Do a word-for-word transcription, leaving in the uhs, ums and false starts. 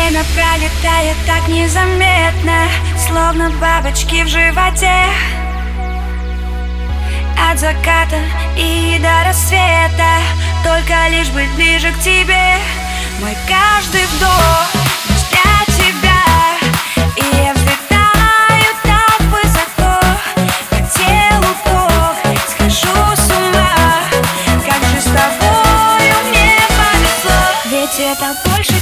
Время пролетает так незаметно, словно бабочки в животе. От заката и до рассвета, только лишь быть ближе к тебе. Мой каждый вдох лишь для тебя, и я взлетаю так высоко, по телу ток, схожу с ума. Как же с тобою мне повезло, ведь это больше